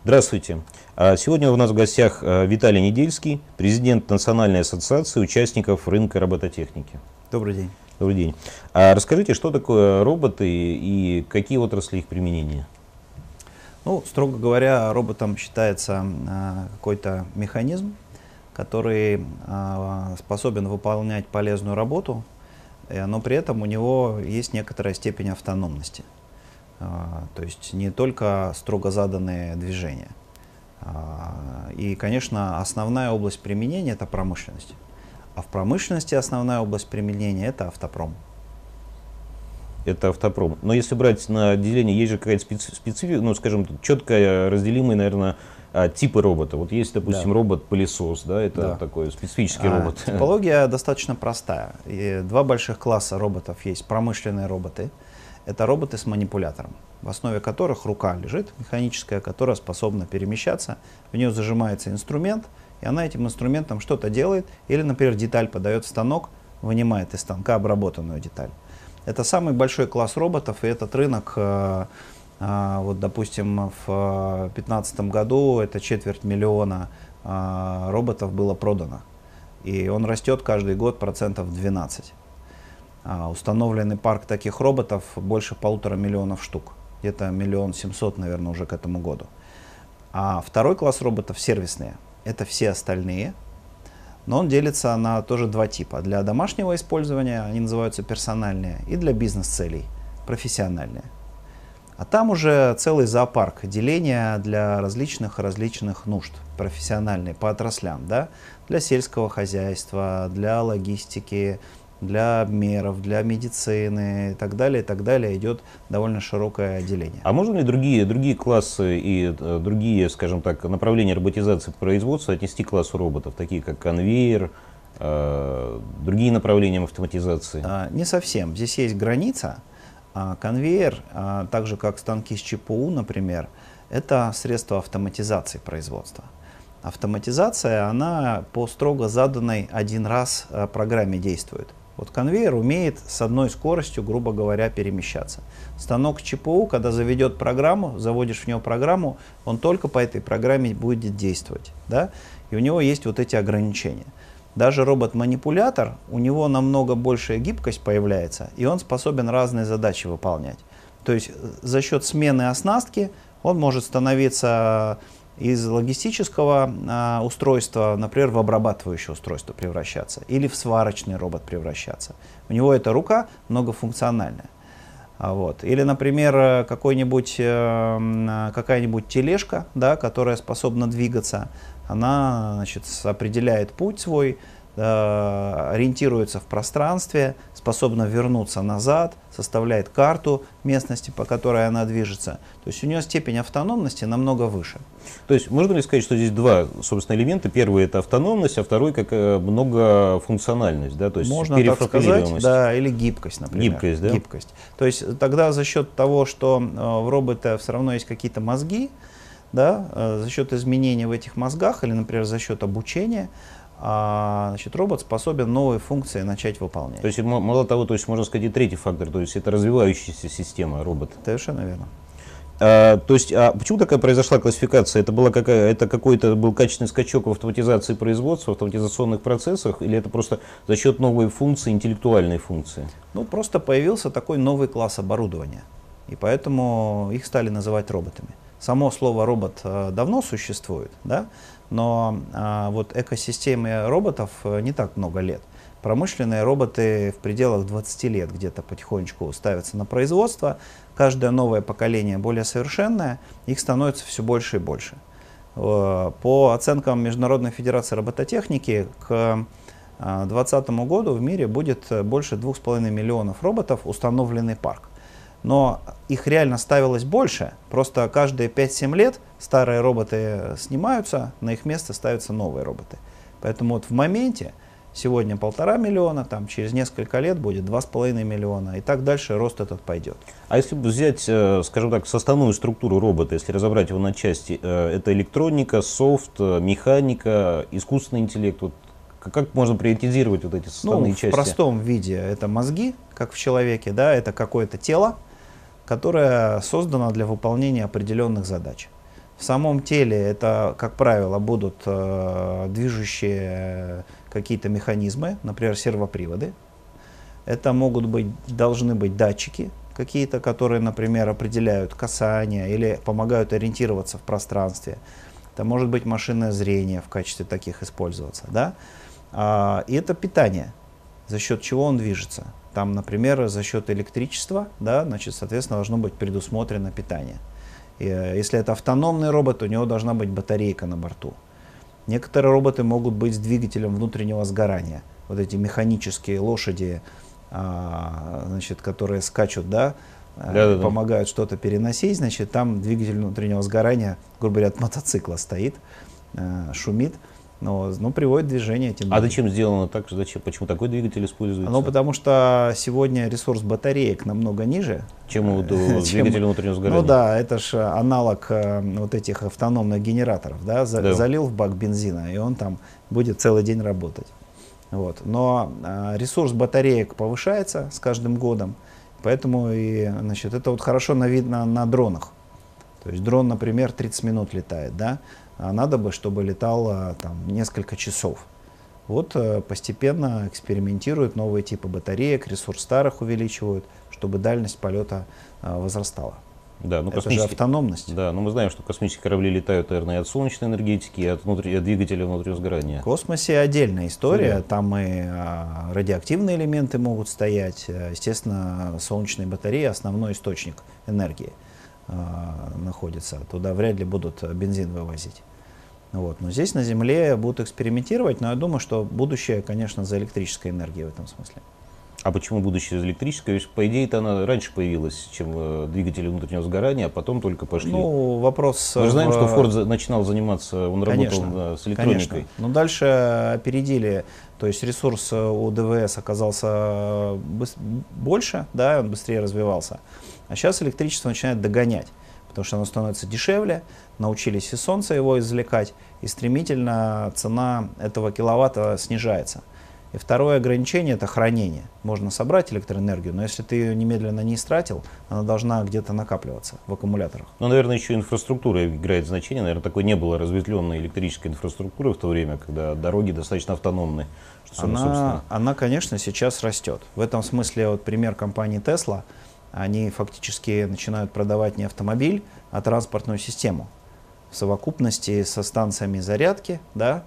Здравствуйте. Сегодня у нас в гостях Виталий Недельский, президент Национальной ассоциации участников рынка робототехники. Добрый день. Добрый день. Расскажите, что такое роботы и какие отрасли их применения? Ну, строго говоря, роботом считается какой-то механизм, который способен выполнять полезную работу, но при этом у него есть некоторая степень автономности. То есть не только строго заданные движения. И, конечно, основная область применения — это промышленность. А в промышленности основная область применения — это автопром. Это автопром. Но если брать на деление, есть же какая-то специфика, ну, скажем, четко разделимые, наверное, типы робота. Вот есть, допустим, робот-пылесос, да, это такой специфический робот. Типология достаточно простая. И два больших класса роботов есть. Промышленные роботы. Это роботы с манипулятором, в основе которых рука лежит, механическая, которая способна перемещаться. В нее зажимается инструмент, и она этим инструментом что-то делает. Или, например, деталь подает в станок, вынимает из станка обработанную деталь. Это самый большой класс роботов, и этот рынок, вот, допустим, в 2015 году это 250 000 роботов было продано. И он растет каждый год 12%. Установленный парк таких роботов больше 1,5 миллиона штук. Где-то 1 700 000, наверное, уже к этому году. А второй класс роботов сервисные. Это все остальные. Но он делится на тоже два типа. Для домашнего использования они называются персональные, и для бизнес-целей профессиональные. А там уже целый зоопарк деления для различных нужд, профессиональные, по отраслям. Да? Для сельского хозяйства, для логистики, для обмеров, для медицины и так далее идет довольно широкое деление. А можно ли другие классы и другие, скажем так, направления роботизации производства отнести к классу роботов, такие как конвейер, другие направления автоматизации? Не совсем. Здесь есть граница. Конвейер, так же как станки с ЧПУ, например, это средство автоматизации производства. Автоматизация, она по строго заданной один раз программе действует. Вот конвейер умеет с одной скоростью, грубо говоря, перемещаться. Станок ЧПУ, когда заведет программу, заводишь в него программу, он только по этой программе будет действовать. Да? И у него есть вот эти ограничения. Даже робот-манипулятор, у него намного большая гибкость появляется, и он способен разные задачи выполнять. То есть за счет смены оснастки он может становиться из логистического устройства, например, в обрабатывающее устройство превращаться или в сварочный робот превращаться. У него эта рука многофункциональная. Вот. Или, например, какая-нибудь тележка, да, которая способна двигаться, она, значит, определяет путь свой, ориентируется в пространстве, способна вернуться назад, составляет карту местности, по которой она движется. То есть у нее степень автономности намного выше. То есть можно ли сказать, что здесь два, собственно, элемента? Первый — это автономность, а второй — как многофункциональность, да? То есть можно так сказать, да, или гибкость, например. Гибкость, да? Гибкость. То есть тогда за счет того, что в робота все равно есть какие-то мозги, да, за счет изменений в этих мозгах или, например, за счет обучения, значит, робот способен новые функции начать выполнять. То есть, мало того, то есть, можно сказать, и третий фактор, то есть это развивающаяся система робота. Совершенно верно. То есть, почему такая произошла классификация? Это какой-то был качественный скачок в автоматизации производства, в автоматизационных процессах, или это просто за счет новой функции, интеллектуальной функции? Ну, просто появился такой новый класс оборудования, и поэтому их стали называть роботами. Само слово робот давно существует, да? Но вот экосистеме роботов не так много лет. Промышленные роботы в пределах 20 лет где-то потихонечку ставятся на производство. Каждое новое поколение более совершенное, их становится все больше и больше. По оценкам Международной федерации робототехники, к 2020 году в мире будет больше 2,5 миллионов роботов, установленный парк. Но их реально ставилось больше, просто каждые 5-7 лет старые роботы снимаются, на их место ставятся новые роботы. Поэтому вот в моменте сегодня 1,5 миллиона, там, через несколько лет будет 2,5 миллиона, и так дальше рост этот пойдет. А если взять, скажем так, составную структуру робота, если разобрать его на части, это электроника, софт, механика, искусственный интеллект, вот как можно приоритизировать вот эти составные части? В простом виде это мозги, как в человеке, да, это какое-то тело, которое создано для выполнения определенных задач. В самом теле это, как правило, будут движущие какие-то механизмы, например, сервоприводы. Это должны быть датчики какие-то, которые, например, определяют касание или помогают ориентироваться в пространстве. Это может быть машинное зрение в качестве таких использоваться. Да? И это питание, за счет чего он движется. Там, например, за счет электричества, да, значит, соответственно, должно быть предусмотрено питание. И если это автономный робот, у него должна быть батарейка на борту. Некоторые роботы могут быть с двигателем внутреннего сгорания. Вот эти механические лошади, значит, которые скачут, да, помогают что-то переносить, значит, там двигатель внутреннего сгорания, грубо говоря, от мотоцикла стоит, шумит, но приводит движение этим. А зачем сделано так? Зачем? Почему такой двигатель используется? Ну, потому что сегодня ресурс батареек намного ниже, чем у двигателя внутреннего сгорания. Ну да, это же аналог вот этих автономных генераторов, да? Залил в бак бензина, и он там будет целый день работать. Вот. Но ресурс батареек повышается с каждым годом, поэтому значит, это вот хорошо видно на дронах. То есть дрон, например, 30 минут летает, да? А надо бы, чтобы летал там несколько часов. Вот постепенно экспериментируют новые типы батареек, ресурс старых увеличивают, чтобы дальность полета возрастала. Да, ну, это же автономность. Да, но мы знаем, что космические корабли летают, наверное, и от солнечной энергетики, и от двигателя внутреннего сгорания. В космосе отдельная история, там и радиоактивные элементы могут стоять. Естественно, солнечные батареи — основной источник энергии находится. Туда вряд ли будут бензин вывозить. Вот. Но здесь на Земле будут экспериментировать, но я думаю, что будущее, конечно, за электрической энергией в этом смысле. А почему будущее за электрическое? Ведь, по идее-то она раньше появилась, чем двигатели внутреннего сгорания, а потом только пошли. Ну, вопрос... Мы же знаем, что Форд начинал заниматься, он работал с электроникой. Конечно. Но дальше опередили, то есть ресурс у ДВС оказался больше, да, он быстрее развивался. А сейчас электричество начинает догонять, потому что оно становится дешевле, научились из солнца его извлекать, и стремительно цена этого киловатта снижается. И второе ограничение — это хранение. Можно собрать электроэнергию, но если ты ее немедленно не истратил, она должна где-то накапливаться в аккумуляторах. Ну, наверное, еще инфраструктура играет значение. Наверное, такой не было разветвленной электрической инфраструктуры в то время, когда дороги достаточно автономны. Она, конечно, сейчас растет. В этом смысле вот пример компании Tesla. Они фактически начинают продавать не автомобиль, а транспортную систему. В совокупности со станциями зарядки, да,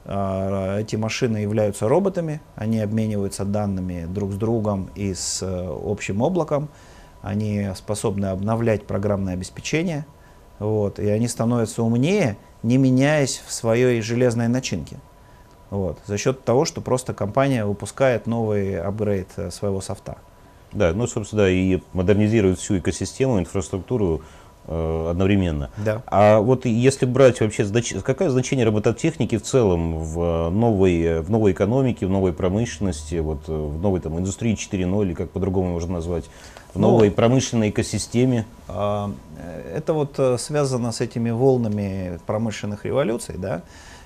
эти машины являются роботами, они обмениваются данными друг с другом и с общим облаком, они способны обновлять программное обеспечение, вот, и они становятся умнее, не меняясь в своей железной начинке. Вот, за счет того, что просто компания выпускает новый апгрейд своего софта. Да, ну, собственно, да, и модернизирует всю экосистему, инфраструктуру одновременно. Да. А вот если брать вообще, какое значение робототехники в целом в новой экономике, в новой промышленности, вот, в новой там, индустрии 4.0, или как по-другому можно назвать, в новой промышленной экосистеме? Это вот связано с этими волнами промышленных революций, да,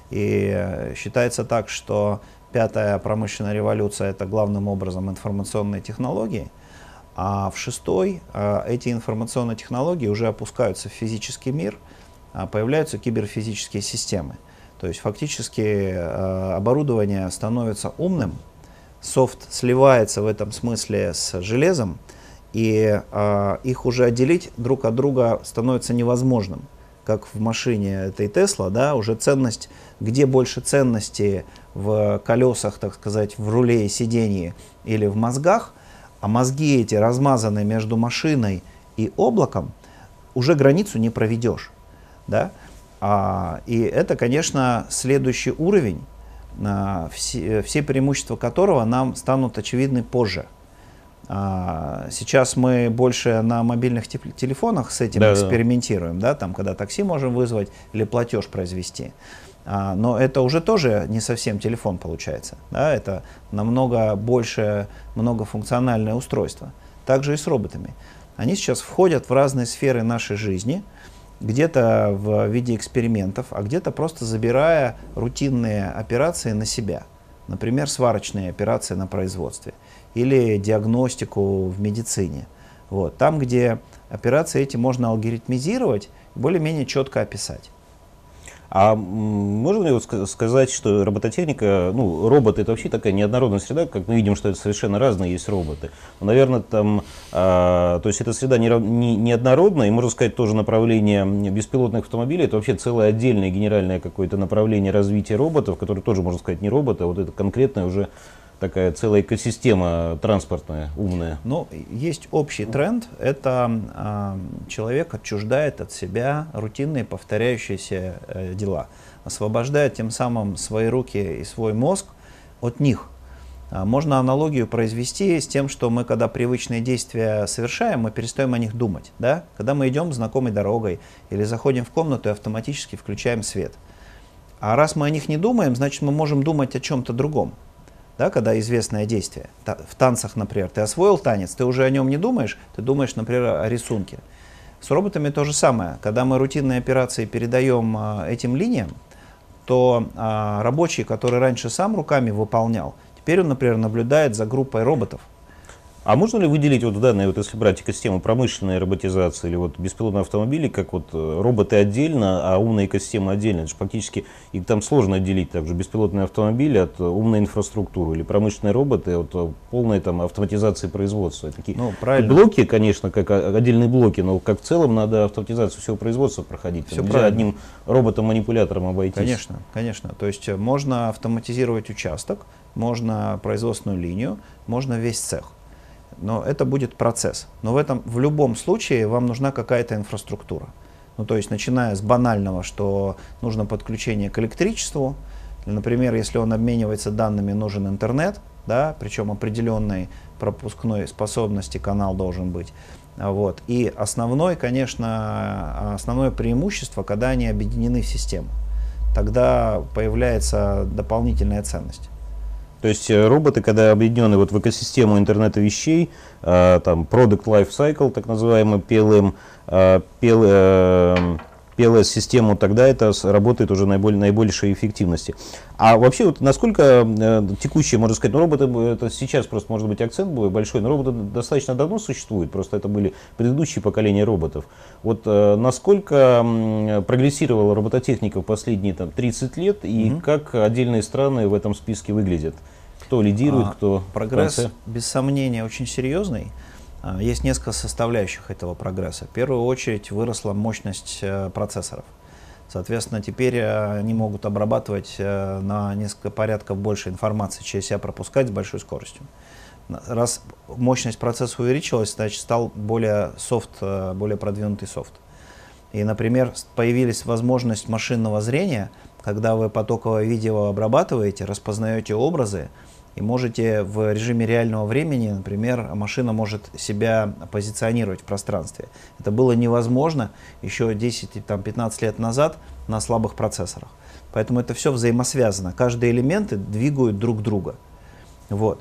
и считается так, что пятая промышленная революция — это главным образом информационные технологии, а в шестой эти информационные технологии уже опускаются в физический мир, появляются киберфизические системы. То есть фактически оборудование становится умным, софт сливается в этом смысле с железом, и их уже отделить друг от друга становится невозможным. Как в машине этой Tesla, да, уже ценность, где больше ценности в колесах, так сказать, в руле и сиденье или в мозгах, а мозги эти размазаны между машиной и облаком, уже границу не проведешь. Да? И это, конечно, следующий уровень, все преимущества которого нам станут очевидны позже. Сейчас мы больше на мобильных телефонах с этим экспериментируем, да, там, когда такси можем вызвать или платеж произвести. Но это уже тоже не совсем телефон получается. Да, это намного больше многофункциональное устройство. Также и с роботами. Они сейчас входят в разные сферы нашей жизни, где-то в виде экспериментов, а где-то просто забирая рутинные операции на себя. Например, сварочные операции на производстве или диагностику в медицине. Вот. Там, где операции эти можно алгоритмизировать более-менее четко описать. А можно ли вот сказать, что робототехника, ну, роботы это вообще такая неоднородная среда, как мы видим, что это совершенно разные есть роботы. Но, наверное, там, то есть эта среда неоднородная, и можно сказать, тоже направление беспилотных автомобилей, это вообще целое отдельное генеральное какое-то направление развития роботов, которое тоже, можно сказать, не роботы, а вот это конкретная уже такая целая экосистема транспортная, умная. Ну, есть общий тренд, это человек отчуждает от себя рутинные повторяющиеся дела, освобождает тем самым свои руки и свой мозг от них. Можно аналогию произвести с тем, что мы, когда привычные действия совершаем, мы перестаем о них думать. Да? Когда мы идем знакомой дорогой или заходим в комнату и автоматически включаем свет. А раз мы о них не думаем, значит мы можем думать о чем-то другом. Да, когда известное действие. В танцах, например, ты освоил танец, ты уже о нем не думаешь, ты думаешь, например, о рисунке. С роботами то же самое. Когда мы рутинные операции передаем этим линиям, то рабочий, который раньше сам руками выполнял, теперь он, например, наблюдает за группой роботов. А можно ли выделить вот в данной, вот если брать экосистему промышленной роботизации или вот беспилотные автомобили, как вот роботы отдельно, а умная экосистема отдельно? Это же фактически их там сложно отделить, также беспилотные автомобили от умной инфраструктуры или промышленные роботы от полной там автоматизации производства. Это такие блоки, конечно, как отдельные блоки, но как в целом надо автоматизацию всего производства проходить. Все нельзя одним роботом-манипулятором обойтись. Конечно, конечно. То есть можно автоматизировать участок, можно производственную линию, можно весь цех. Но это будет процесс. Но в любом случае вам нужна какая-то инфраструктура. Ну, то есть, начиная с банального, что нужно подключение к электричеству. Например, если он обменивается данными, нужен интернет, да, причем определенной пропускной способности канал должен быть. Вот. И основное преимущество, когда они объединены в систему. Тогда появляется дополнительная ценность. То есть роботы, когда объединены вот в экосистему интернета вещей, там Product Life Cycle, так называемый PLM, PLS-систему, тогда это работает уже наибольшей эффективности. А вообще, вот насколько текущие, можно сказать, ну, роботы, это сейчас просто может быть акцент большой, но роботы достаточно давно существуют, просто это были предыдущие поколения роботов. Вот насколько прогрессировала робототехника в последние 30 лет и как отдельные страны в этом списке выглядят? Кто лидирует, кто прогресс, в конце? Без сомнения, очень серьезный. Есть несколько составляющих этого прогресса. В первую очередь выросла мощность процессоров. Соответственно, теперь они могут обрабатывать на несколько порядков больше информации, через себя пропускать с большой скоростью. Раз мощность процесса увеличилась, значит стал более продвинутый софт. И, например, появилась возможность машинного зрения, когда вы потоковое видео обрабатываете, распознаете образы, и можете в режиме реального времени, например, машина может себя позиционировать в пространстве. Это было невозможно еще 10-15 лет назад на слабых процессорах. Поэтому это все взаимосвязано. Каждые элементы двигают друг друга. Вот.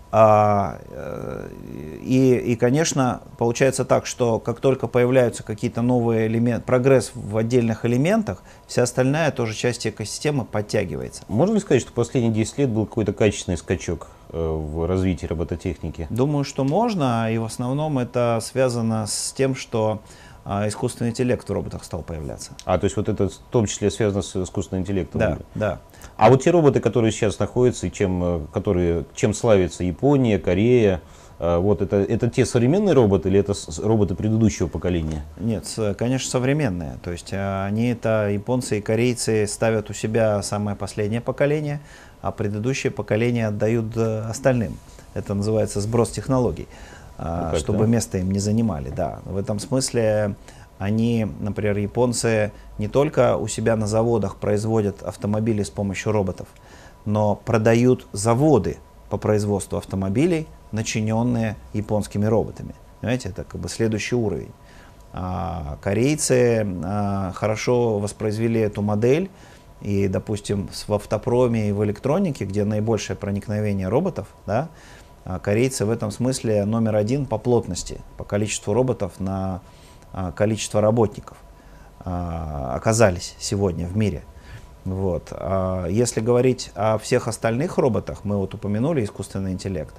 И, конечно, получается так, что как только появляются какие-то новые элементы, прогресс в отдельных элементах, вся остальная тоже часть экосистемы подтягивается. Можно ли сказать, что в последние 10 лет был какой-то качественный скачок в развитии робототехники? Думаю, что можно, и в основном это связано с тем, что искусственный интеллект в роботах стал появляться. То есть вот это в том числе связано с искусственным интеллектом? Да, да. А вот те роботы, которые сейчас находятся, и чем славится Япония, Корея, вот это те современные роботы или это роботы предыдущего поколения? Нет, конечно, современные. То есть японцы и корейцы ставят у себя самое последнее поколение, а предыдущее поколение отдают остальным. Это называется сброс технологий, чтобы место им не занимали. Да. В этом смысле они, например, японцы не только у себя на заводах производят автомобили с помощью роботов, но продают заводы по производству автомобилей, начиненные японскими роботами. Понимаете, это как бы следующий уровень. Корейцы хорошо воспроизвели эту модель, и, допустим, в автопроме и в электронике, где наибольшее проникновение роботов, да, корейцы в этом смысле номер один по плотности, по количеству роботов на количество работников оказались сегодня в мире. Вот. Если говорить о всех остальных роботах, мы вот упомянули искусственный интеллект,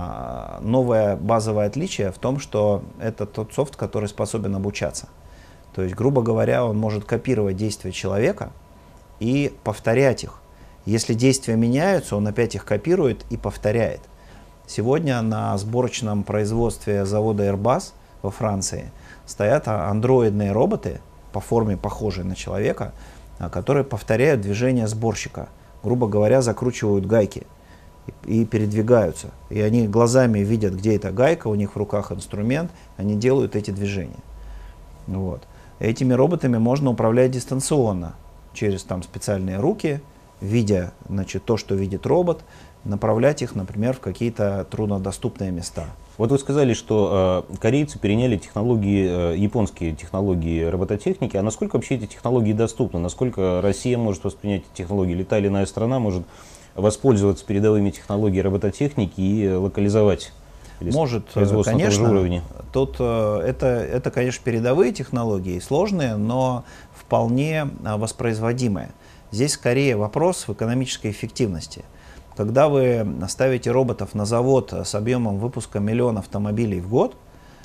новое базовое отличие в том, что это тот софт, который способен обучаться. То есть, грубо говоря, он может копировать действия человека и повторять их. Если действия меняются, он опять их копирует и повторяет. Сегодня на сборочном производстве завода Airbus во Франции стоят андроидные роботы, по форме похожие на человека, которые повторяют движения сборщика. Грубо говоря, закручивают гайки и передвигаются. И они глазами видят, где эта гайка, у них в руках инструмент, они делают эти движения. Вот. Этими роботами можно управлять дистанционно, через там специальные руки, видя, значит, то, что видит робот, направлять их, например, в какие-то труднодоступные места. Вот вы сказали, что корейцы переняли технологии, японские технологии робототехники. А насколько вообще эти технологии доступны? Насколько Россия может воспринять эти технологии? Или та или иная страна может воспользоваться передовыми технологиями робототехники и локализовать? Может, конечно. Тут это, конечно, передовые технологии, сложные, но вполне воспроизводимые. Здесь скорее вопрос в экономической эффективности. Когда вы ставите роботов на завод с объемом выпуска 1 миллион автомобилей в год,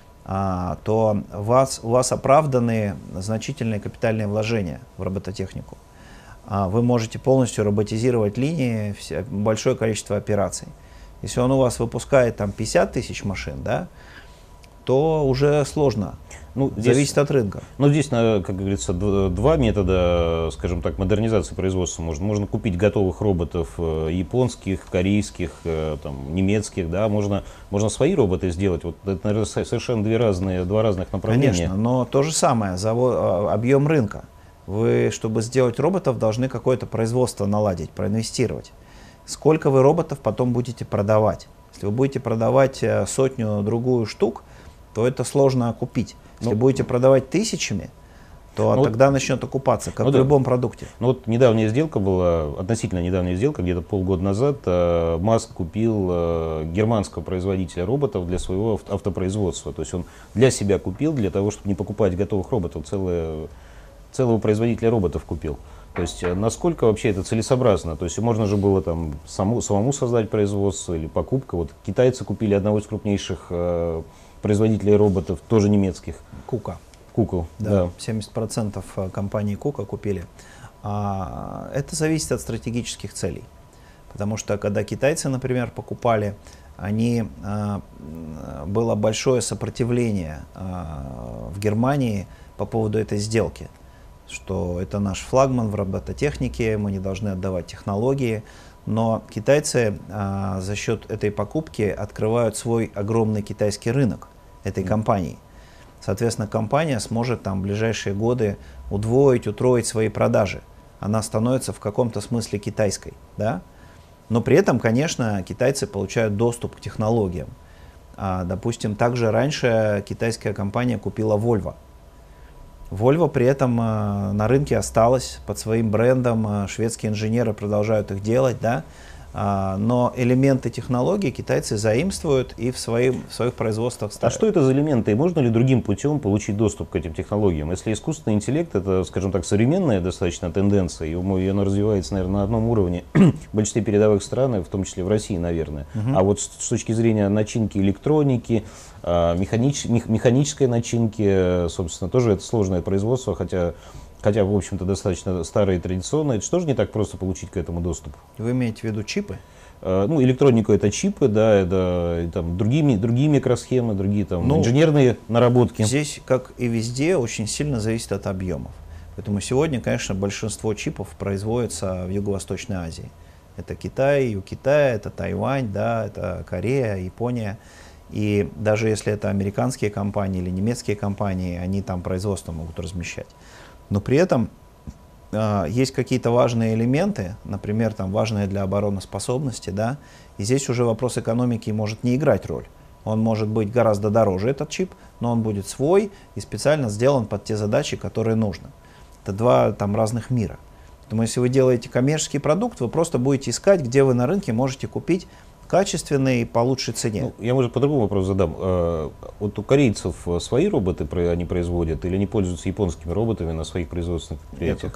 то у вас оправданы значительные капитальные вложения в робототехнику. Вы можете полностью роботизировать линии, большое количество операций. Если он у вас выпускает там 50 тысяч машин, да, то уже сложно. Зависит от рынка. Ну, здесь, как говорится, два метода, скажем так, модернизации производства. Можно купить готовых роботов японских, корейских, там, немецких, да, можно свои роботы сделать. Вот это, наверное, совершенно два разных направления. Конечно, но то же самое, объем рынка. Вы, чтобы сделать роботов, должны какое-то производство наладить, проинвестировать. Сколько вы роботов потом будете продавать? Если вы будете продавать сотню-другую штук, то это сложно купить. Если будете продавать тысячами, то тогда начнет окупаться, как в любом продукте. Ну вот недавняя сделка была, относительно недавняя сделка, где-то полгода назад, Маск купил германского производителя роботов для своего автопроизводства. То есть он для себя купил, для того, чтобы не покупать готовых роботов, целого производителя роботов купил. То есть насколько вообще это целесообразно? То есть можно же было там самому создать производство или покупка. Вот китайцы купили одного из крупнейших производителей роботов, тоже немецких. Кука. Куку, да. 70% компании Кука купили. Это зависит от стратегических целей. Потому что когда китайцы, например, покупали, было большое сопротивление в Германии по поводу этой сделки. Что это наш флагман в робототехнике, мы не должны отдавать технологии. Но китайцы за счет этой покупки открывают свой огромный китайский рынок этой компании. Соответственно, компания сможет там в ближайшие годы удвоить, утроить свои продажи. Она становится в каком-то смысле китайской. Да? Но при этом, конечно, китайцы получают доступ к технологиям. Допустим, также раньше китайская компания купила Volvo. Volvo при этом на рынке осталась под своим брендом, шведские инженеры продолжают их делать, да? Но элементы технологий китайцы заимствуют и в своих производствах ставят. А что это за элементы? И можно ли другим путем получить доступ к этим технологиям? Если искусственный интеллект — это, скажем так, современная достаточно тенденция, и она развивается, наверное, на одном уровне в большинстве передовых стран, в том числе в России, наверное. А вот с точки зрения начинки электроники, механической начинки, собственно, тоже это сложное производство, хотя, в общем-то, достаточно старое и традиционное. Это что же не так просто получить к этому доступ? Вы имеете в виду чипы? Ну, электронику — это чипы, да, это там, другие микросхемы, другие там, инженерные наработки. Здесь, как и везде, очень сильно зависит от объемов. Поэтому сегодня, конечно, большинство чипов производится в Юго-Восточной Азии. Это Китай, у Китая, это Тайвань, да, это Корея, Япония. И даже если это американские компании или немецкие компании, они там производство могут размещать. Но при этом есть какие-то важные элементы, например, там, важные для обороноспособности, да, и здесь уже вопрос экономики может не играть роль. Он может быть гораздо дороже, этот чип, но он будет свой и специально сделан под те задачи, которые нужны. Это два там разных мира. Поэтому если вы делаете коммерческий продукт, вы просто будете искать, где вы на рынке можете купить качественный по лучшей цене. Ну, я, может, по-другому вопрос задам. Вот у корейцев свои роботы они производят или они пользуются японскими роботами на своих производственных предприятиях?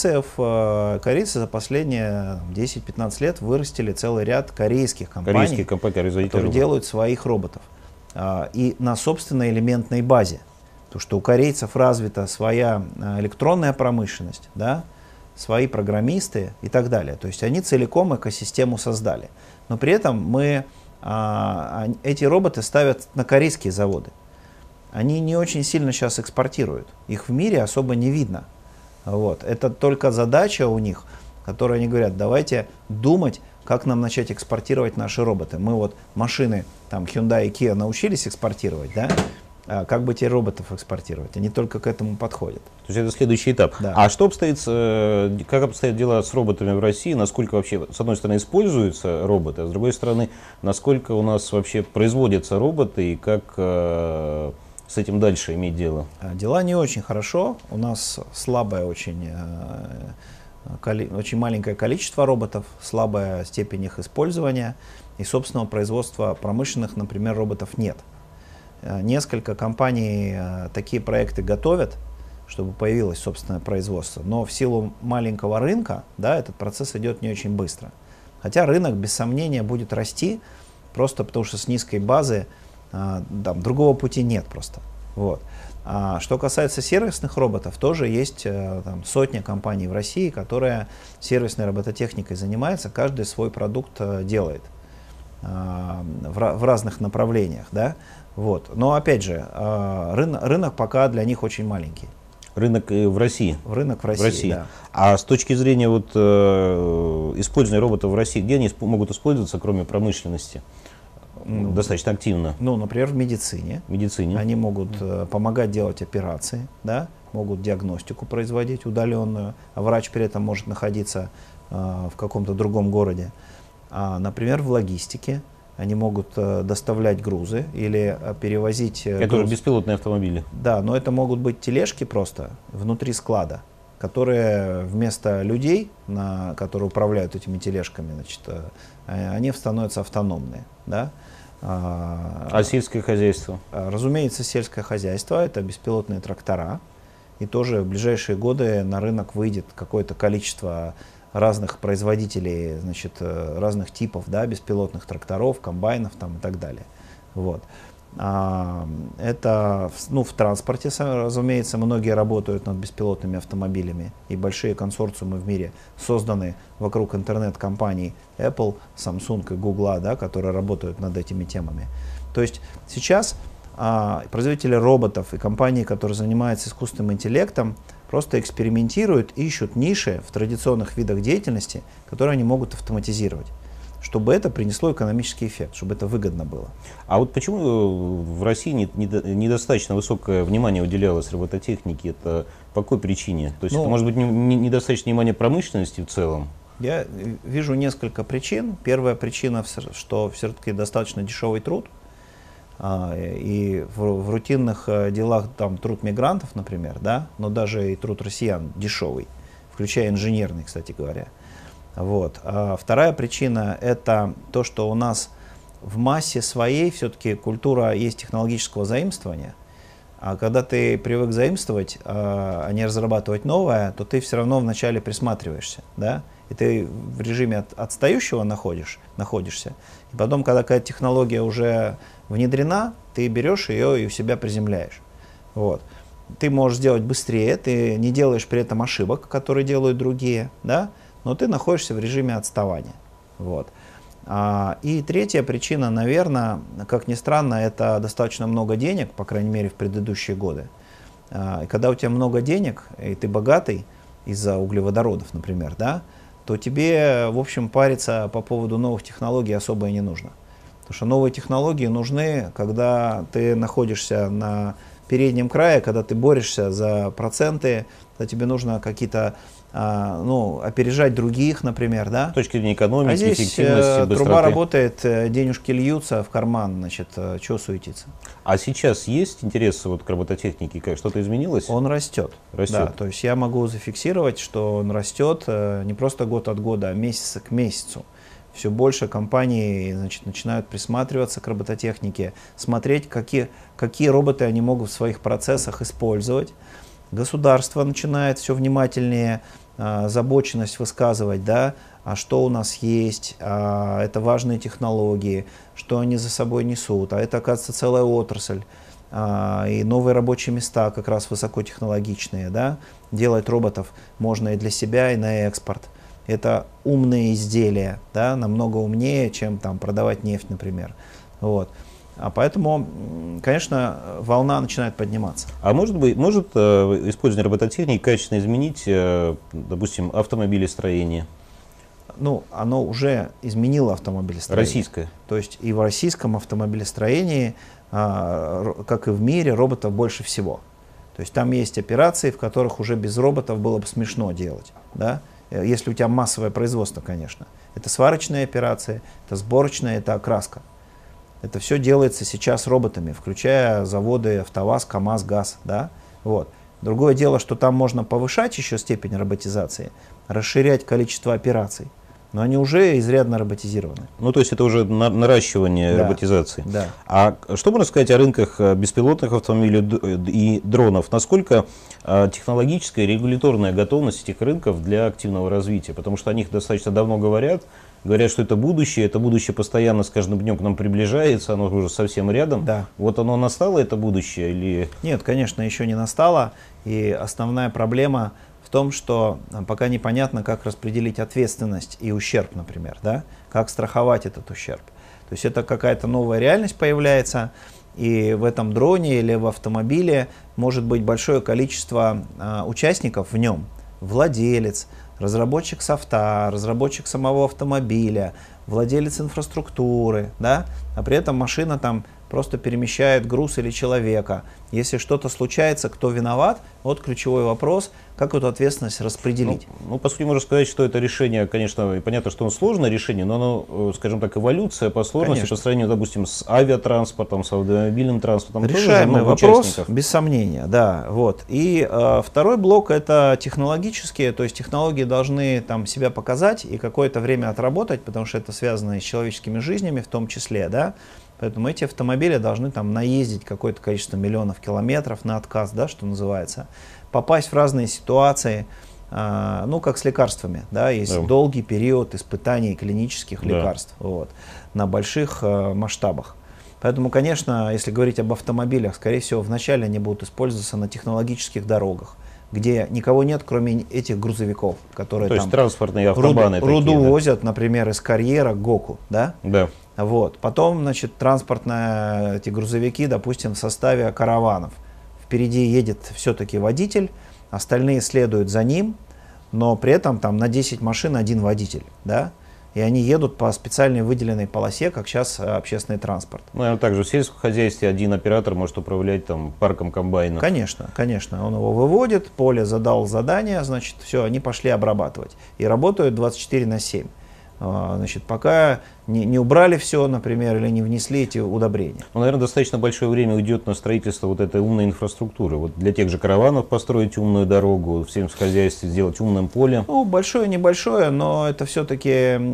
Корейцы за последние 10-15 лет вырастили целый ряд корейских компаний, которые делают своих роботов. И на собственной элементной базе. То, что у корейцев развита своя электронная промышленность, да, свои программисты и так далее. То есть они целиком экосистему создали. Но при этом эти роботы ставят на корейские заводы. Они не очень сильно сейчас экспортируют. Их в мире особо не видно. Вот. Это только задача у них, которую они говорят, давайте думать, как нам начать экспортировать наши роботы. Мы вот машины, там, Hyundai и Kia научились экспортировать, да? А как бы теперь роботов экспортировать? Они только к этому подходят. То есть это следующий этап. Да. А что как обстоят дела с роботами в России? Насколько вообще, с одной стороны, используются роботы, а с другой стороны, насколько у нас вообще производятся роботы и как с этим дальше иметь дело? Дела не очень хорошо. У нас слабое очень маленькое количество роботов, слабая степень их использования. И собственного производства промышленных, например, роботов нет. Несколько компаний такие проекты готовят, чтобы появилось собственное производство, но в силу маленького рынка, да, этот процесс идет не очень быстро. Хотя рынок, без сомнения, будет расти, просто потому что с низкой базы другого пути нет просто. Вот. Что касается сервисных роботов, тоже есть сотня компаний в России, которые сервисной робототехникой занимаются, каждый свой продукт делает в разных направлениях. Да? Вот. Но опять же, рынок пока для них очень маленький. Рынок в России? Рынок в России, да. А с точки зрения использования роботов в России, где они могут использоваться, кроме промышленности? Достаточно активно. Ну, например, в медицине. Они могут помогать делать операции, да? Могут диагностику производить удаленную, а врач при этом может находиться в каком-то другом городе. Например, в логистике. Они могут доставлять грузы или перевозить... Которые беспилотные автомобили. Да, но это могут быть тележки просто внутри склада, которые вместо людей, которые управляют этими тележками, значит, они становятся автономные. Да? А сельское хозяйство? Разумеется, сельское хозяйство — это беспилотные трактора. И тоже в ближайшие годы на рынок выйдет какое-то количество разных производителей, значит, разных типов, да, беспилотных тракторов, комбайнов там, и так далее. Вот. Это, в транспорте, разумеется, многие работают над беспилотными автомобилями, и большие консорциумы в мире созданы вокруг интернет-компаний Apple, Samsung и Google, да, которые работают над этими темами. То есть сейчас производители роботов и компании, которые занимаются искусственным интеллектом, просто экспериментируют, ищут ниши в традиционных видах деятельности, которые они могут автоматизировать, чтобы это принесло экономический эффект, чтобы это выгодно было. А вот почему в России недостаточно высокое внимание уделялось робототехнике? Это по какой причине? То есть это может быть недостаточно внимания промышленности в целом? Я вижу несколько причин. Первая причина, что все-таки достаточно дешевый труд. И в рутинных делах там труд мигрантов, например, да, но даже и труд россиян дешевый, включая инженерный, кстати говоря. Вот. Вторая причина — это то, что у нас в массе своей все-таки культура есть технологического заимствования. А когда ты привык заимствовать, а не разрабатывать новое, то ты все равно вначале присматриваешься, да? И ты в режиме отстающего находишься. И потом, когда какая-то технология уже внедрена, ты берешь ее и у себя приземляешь. Вот. Ты можешь сделать быстрее, ты не делаешь при этом ошибок, которые делают другие, да? Но ты находишься в режиме отставания. Вот. И третья причина, наверное, как ни странно, это достаточно много денег, по крайней мере, в предыдущие годы. И когда у тебя много денег, и ты богатый из-за углеводородов, например, да, то тебе, в общем, париться по поводу новых технологий особо и не нужно. Потому что новые технологии нужны, когда ты находишься на переднем крае, когда ты борешься за проценты, когда тебе нужно какие-то опережать других, например, да? С точки зрения экономики, здесь эффективности, быстроты. Труба работает, денежки льются в карман, значит, чего суетиться. А сейчас есть интерес к робототехнике? Что-то изменилось? Он растет. Да, то есть я могу зафиксировать, что он растет не просто год от года, а месяц к месяцу. Все больше компаний, значит, начинают присматриваться к робототехнике, смотреть, какие роботы они могут в своих процессах использовать. Государство начинает все внимательнее озабоченность высказывать, да, а что у нас есть, это важные технологии, что они за собой несут, а это, оказывается, целая отрасль. и новые рабочие места, как раз высокотехнологичные, да, делать роботов можно и для себя, и на экспорт. Это умные изделия, да, намного умнее, чем там продавать нефть, например. Вот. А поэтому, конечно, волна начинает подниматься. А может использование робототехники качественно изменить, допустим, автомобилестроение? Ну, оно уже изменило автомобилестроение. Российское. То есть и в российском автомобилестроении, как и в мире, роботов больше всего. То есть там есть операции, в которых уже без роботов было бы смешно делать, да? Если у тебя массовое производство, конечно. Это сварочные операции, это сборочная, это окраска. Это все делается сейчас роботами, включая заводы АвтоВАЗ, КАМАЗ, ГАЗ. Да? Вот. Другое дело, что там можно повышать еще степень роботизации, расширять количество операций, но они уже изрядно роботизированы. Ну, то есть это уже наращивание роботизации. Да. А что можно сказать о рынках беспилотных автомобилей и дронов? Насколько технологическая и регуляторная готовность этих рынков для активного развития? Потому что о них достаточно давно говорят, что это будущее постоянно с каждым днем к нам приближается, оно уже совсем рядом. Да. Вот оно настало, это будущее? Или... Нет, конечно, еще не настало. И основная проблема в том, что пока непонятно, как распределить ответственность и ущерб, например, да? Как страховать этот ущерб. То есть это какая-то новая реальность появляется, и в этом дроне или в автомобиле может быть большое количество участников в нем. Владелец, разработчик софта, разработчик самого автомобиля, владелец инфраструктуры, да? А при этом машина там просто перемещает груз или человека. Если что-то случается, кто виноват? Вот ключевой вопрос, как эту ответственность распределить. Ну, по сути, можно сказать, что это решение, конечно, понятно, что оно сложное решение, но оно, скажем так, эволюция по сложности, конечно, по сравнению, допустим, с авиатранспортом, с автомобильным транспортом. Решаемый вопрос, без сомнения, да. Вот. И второй блок — это технологические, то есть технологии должны там себя показать и какое-то время отработать, потому что это связано и с человеческими жизнями в том числе, да. Поэтому эти автомобили должны там наездить какое-то количество миллионов километров на отказ, да, что называется, попасть в разные ситуации, ну, как с лекарствами, да, есть долгий период испытаний клинических лекарств, вот, на больших масштабах. Поэтому, конечно, если говорить об автомобилях, скорее всего, вначале они будут использоваться на технологических дорогах, где никого нет, кроме этих грузовиков, которые то там есть транспортные автобаны руду такие, возят, например, из карьера к ГОКу, да? Да. Вот. Потом, значит, эти грузовики, допустим, в составе караванов. Впереди едет все-таки водитель, остальные следуют за ним, но при этом там на 10 машин один водитель, да? И они едут по специальной выделенной полосе, как сейчас общественный транспорт. Наверное, также в сельском хозяйстве один оператор может управлять там парком комбайна. Конечно, конечно. Он его выводит, поле задал задание, значит, все, они пошли обрабатывать. И работают 24/7. Значит, пока не убрали все, например, или не внесли эти удобрения. Ну, наверное, достаточно большое время уйдет на строительство вот этой умной инфраструктуры. Вот для тех же караванов построить умную дорогу, в сельском хозяйстве сделать умным поле. Ну, большое, небольшое, но это все-таки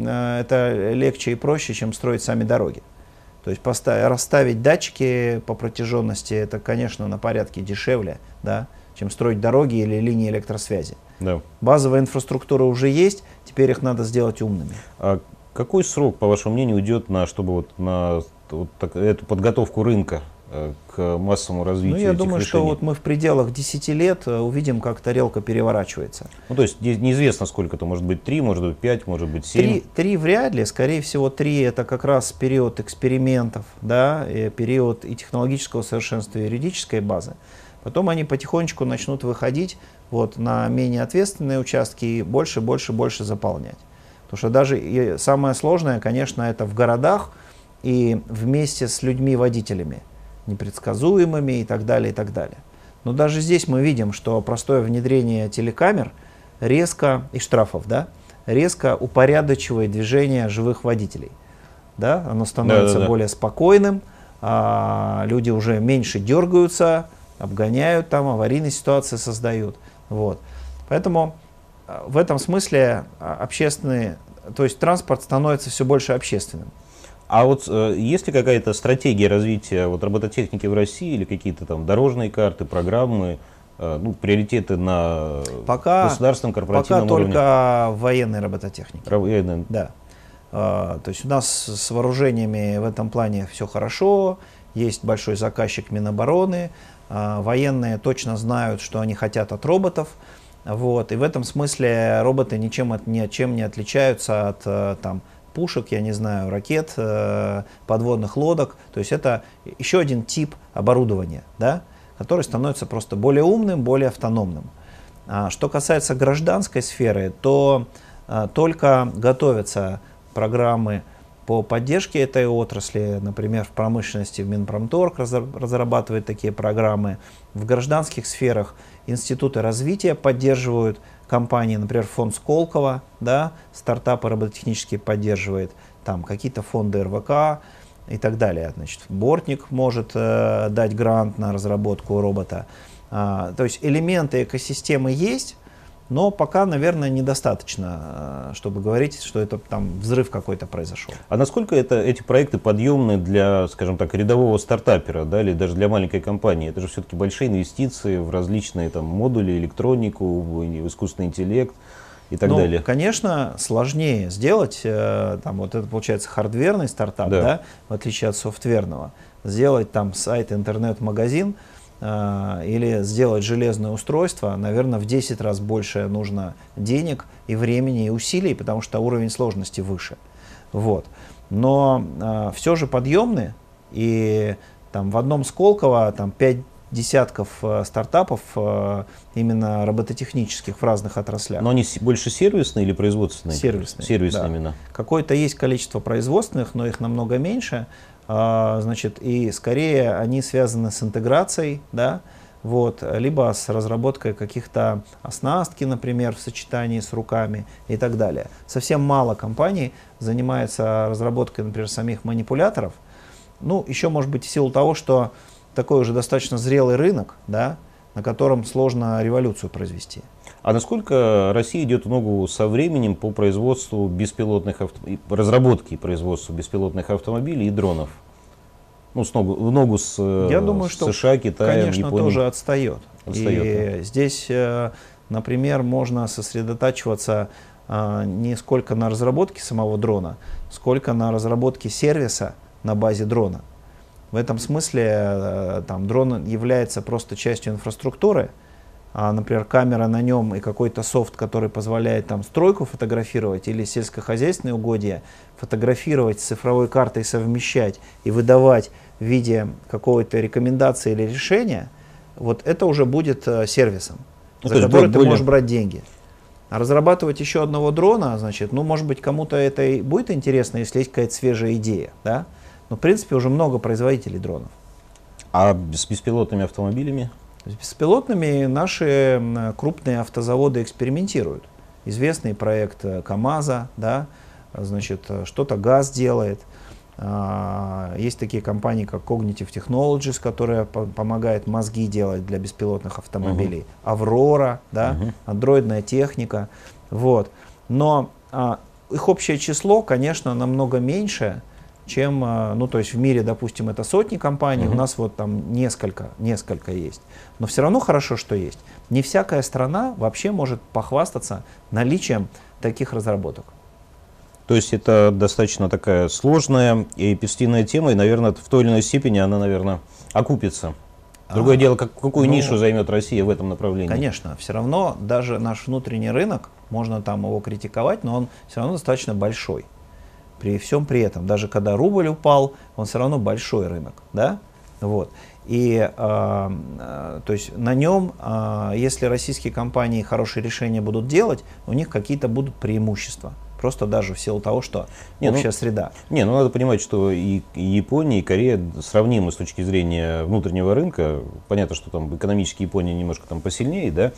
это легче и проще, чем строить сами дороги. То есть расставить датчики по протяженности, это, конечно, на порядке дешевле, да, чем строить дороги или линии электросвязи. Да. Базовая инфраструктура уже есть, теперь их надо сделать умными. А какой срок, по вашему мнению, уйдет чтобы на эту подготовку рынка к массовому развитию этих решений? Ну, я думаю, что вот мы в пределах 10 лет увидим, как тарелка переворачивается. Ну, то есть неизвестно, сколько это, может быть 3, может быть 5, может быть 7? 3 вряд ли, скорее всего 3 это как раз период экспериментов, да, и период и технологического совершенства, и юридической базы. Потом они потихонечку начнут выходить вот, на менее ответственные участки и больше заполнять. Потому что даже самое сложное, конечно, это в городах и вместе с людьми-водителями, непредсказуемыми и так далее, и так далее. Но даже здесь мы видим, что простое внедрение телекамер резко, и штрафов, да, резко упорядочивает движение живых водителей. Да? Оно становится более спокойным, люди уже меньше дергаются, обгоняют, там аварийные ситуации создают. Вот. Поэтому в этом смысле то есть транспорт становится все больше общественным. А вот есть ли какая-то стратегия развития робототехники в России или какие-то там дорожные карты, программы, приоритеты на государственном, корпоративном уровне? Пока только военной робототехники. Военной. Да. То есть у нас с вооружениями в этом плане все хорошо, есть большой заказчик Минобороны, военные точно знают, что они хотят от роботов. Вот. И в этом смысле роботы ничем не отличаются от там, пушек, я не знаю, ракет, подводных лодок. То есть это еще один тип оборудования, да, который становится просто более умным, более автономным. Что касается гражданской сферы, то только готовятся программы по поддержке этой отрасли. Например, в промышленности в Минпромторг разрабатывает такие программы. В гражданских сферах институты развития поддерживают компании, например, фонд Сколково, да, стартапы робототехнические поддерживает, там какие-то фонды РВК и так далее. Значит, Бортник может дать грант на разработку робота. То есть элементы экосистемы есть, но пока, наверное, недостаточно, чтобы говорить, что это там взрыв какой-то произошел. А насколько эти проекты подъемны для, скажем так, рядового стартапера, да, или даже для маленькой компании? Это же все-таки большие инвестиции в различные там модули, электронику, в искусственный интеллект и так далее. Конечно, сложнее сделать, там, вот это получается хардверный стартап, да, в отличие от софтверного. Сделать там сайт, интернет-магазин, или сделать железное устройство, наверное, в 10 раз больше нужно денег и времени, и усилий, потому что уровень сложности выше. Вот. Но все же подъемные, и там, в одном Сколково там, 5 десятков стартапов именно робототехнических в разных отраслях. Но они больше сервисные или производственные? Сервисные. Сервисные, да. именно. Какое-то есть количество производственных, но их намного меньше. Значит, и скорее они связаны с интеграцией, да, вот, либо с разработкой каких-то оснастки, например, в сочетании с руками и так далее. Совсем мало компаний занимается разработкой, например, самих манипуляторов. Ну, еще, может быть, в силу того, что такой уже достаточно зрелый рынок, да, на котором сложно революцию произвести. А насколько Россия идет в ногу со временем по производству беспилотных разработке и производству беспилотных автомобилей и дронов? Ну, в ногу с Я думаю, что, США, Китаем, конечно, Японией. тоже отстает. И да. здесь, например, можно сосредотачиваться не сколько на разработке самого дрона, сколько на разработке сервиса на базе дрона. В этом смысле там, дрон является просто частью инфраструктуры. Например, камера на нем и какой-то софт, который позволяет там стройку фотографировать или сельскохозяйственные угодья фотографировать с цифровой картой, совмещать и выдавать в виде какой-то рекомендации или решения, вот это уже будет сервисом, за который ты можешь брать деньги. А разрабатывать еще одного дрона, значит, ну, может быть, кому-то это и будет интересно, если есть какая-то свежая идея, да? Но, в принципе, уже много производителей дронов. А с беспилотными автомобилями? С беспилотными наши крупные автозаводы экспериментируют. Известный проект КАМАЗа, да, значит, что-то ГАЗ делает. Есть такие компании, как Cognitive Technologies, которая помогает мозги делать для беспилотных автомобилей. Аврора, да, андроидная техника. Вот. Но их общее число, конечно, намного меньше, чем, ну, то есть в мире, допустим, это сотни компаний, у нас вот там несколько есть. Но все равно хорошо, что есть. Не всякая страна вообще может похвастаться наличием таких разработок. То есть это достаточно такая сложная и перспективная тема, и, наверное, в той или иной степени она, наверное, окупится. Другое дело, какую нишу займет Россия в этом направлении. Конечно, все равно даже наш внутренний рынок, можно там его критиковать, но он все равно достаточно большой. При всем при этом, даже когда рубль упал, он все равно большой рынок, да, вот. И то есть на нем, если российские компании хорошие решения будут делать, у них какие-то будут преимущества. Просто даже в силу того, что общая среда. Ну надо понимать, что и Япония, и Корея сравнимы с точки зрения внутреннего рынка. Понятно, что там экономически Япония немножко там посильнее, да,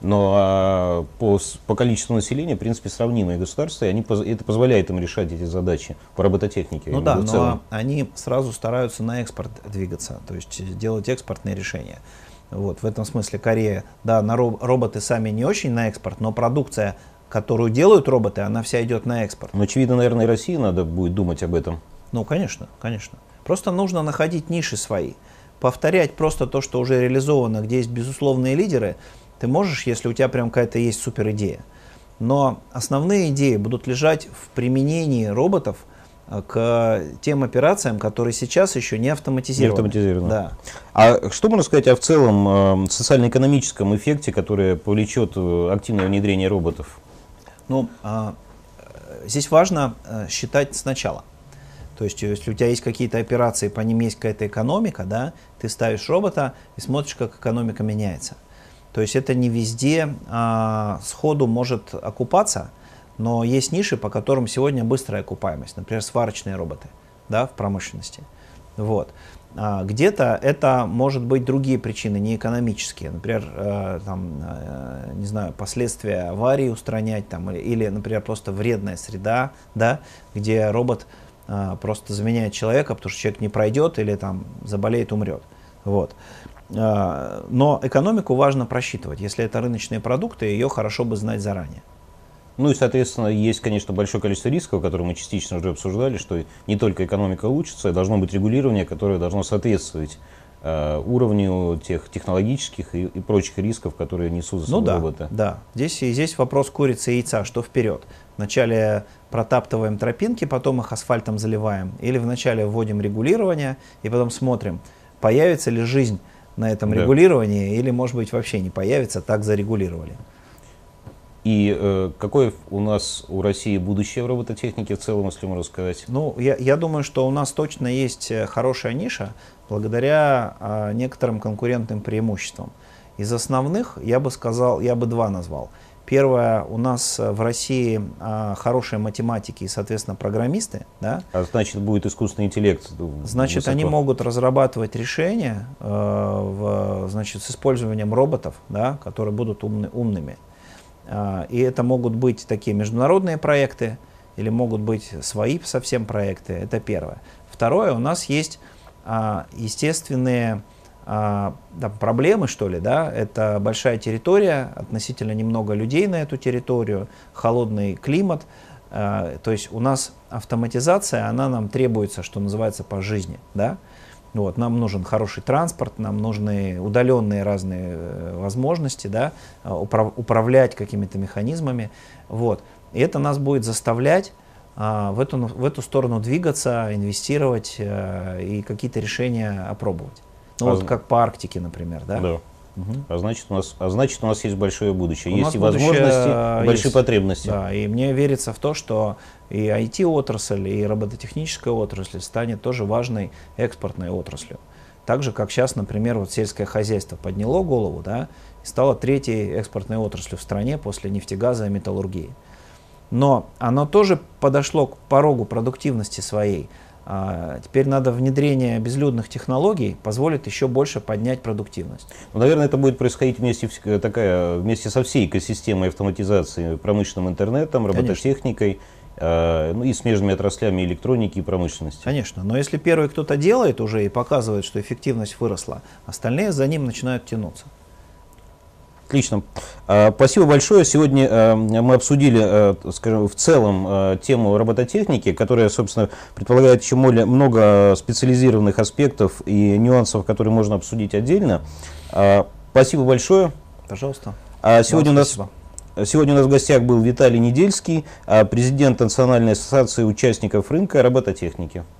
но по количеству населения, в принципе, сравнимые государства, и это позволяет им решать эти задачи по робототехнике. Ну да, но они сразу стараются на экспорт двигаться, то есть делать экспортные решения. Вот, в этом смысле Корея, да, роботы сами не очень на экспорт, но продукция, которую делают роботы, она вся идет на экспорт. Но, очевидно, наверное, и России надо будет думать об этом. Ну, конечно, конечно. Просто нужно находить ниши свои. Повторять просто то, что уже реализовано, где есть безусловные лидеры, ты можешь, если у тебя прям какая-то есть супер идея. Но основные идеи будут лежать в применении роботов к тем операциям, которые сейчас еще не автоматизированы. Не автоматизированы. Да. А что можно сказать в целом социально-экономическом эффекте, который повлечет активное внедрение роботов? Ну, здесь важно считать сначала. То есть, если у тебя есть какие-то операции, по ним есть какая-то экономика, да, ты ставишь робота и смотришь, как экономика меняется. То есть это не везде сходу может окупаться, но есть ниши, по которым сегодня быстрая окупаемость, например, сварочные роботы, да, в промышленности. Вот. Где-то это может быть другие причины, не экономические, например, не знаю, последствия аварии устранять, или, например, просто вредная среда, да, где робот просто заменяет человека, потому что человек не пройдет или заболеет, умрет. Вот. Но экономику важно просчитывать. Если это рыночные продукты, ее хорошо бы знать заранее. Ну и, соответственно, есть, конечно, большое количество рисков, которые мы частично уже обсуждали, что не только экономика улучшится, должно быть регулирование, которое должно соответствовать уровню тех технологических и прочих рисков, которые несут за собой роботы. Да, здесь вопрос курицы и яйца, что вперед. Вначале протаптываем тропинки, потом их асфальтом заливаем, или вначале вводим регулирование и потом смотрим, появится ли жизнь на этом регулировании, или, может быть, вообще не появится, так зарегулировали. И какое у России будущее в робототехнике в целом, если можно сказать? Ну, я думаю, что у нас точно есть хорошая ниша, благодаря некоторым конкурентным преимуществам. Из основных, я бы два назвал. Первое, у нас в России хорошие математики и, соответственно, программисты. Да? А значит, будет искусственный интеллект. Значит, высоко. Они могут разрабатывать решения с использованием роботов, да, которые будут умными. И это могут быть такие международные проекты, или могут быть свои совсем проекты. Это первое. Второе, у нас есть естественные проблемы, что ли, да, это большая территория, относительно немного людей на эту территорию, холодный климат, то есть у нас автоматизация, она нам требуется, что называется, по жизни, да, вот, нам нужен хороший транспорт, нам нужны удаленные разные возможности, да, управлять какими-то механизмами, вот, и это нас будет заставлять в эту сторону двигаться, инвестировать и какие-то решения опробовать. Ну, вот как по Арктике, например, да? Да. Угу. А значит, у нас есть большое будущее. Есть и возможности, и большие потребности. Да, и мне верится в то, что и IT-отрасль, и робототехническая отрасль станет тоже важной экспортной отраслью. Так же, как сейчас, например, вот сельское хозяйство подняло голову, да, и стало третьей экспортной отраслью в стране после нефтегаза и металлургии. Но оно тоже подошло к порогу продуктивности своей. Теперь надо внедрение безлюдных технологий позволит еще больше поднять продуктивность. Ну, наверное, это будет происходить вместе со всей экосистемой автоматизации, промышленным интернетом, робототехникой, и смежными отраслями электроники и промышленности. Конечно, но если первый кто-то делает уже и показывает, что эффективность выросла, остальные за ним начинают тянуться. Отлично. Спасибо большое. Сегодня мы обсудили, скажем, в целом тему робототехники, которая, собственно, предполагает еще много специализированных аспектов и нюансов, которые можно обсудить отдельно. Спасибо большое. Пожалуйста. Сегодня у нас в гостях был Виталий Недельский, президент Национальной ассоциации участников рынка робототехники.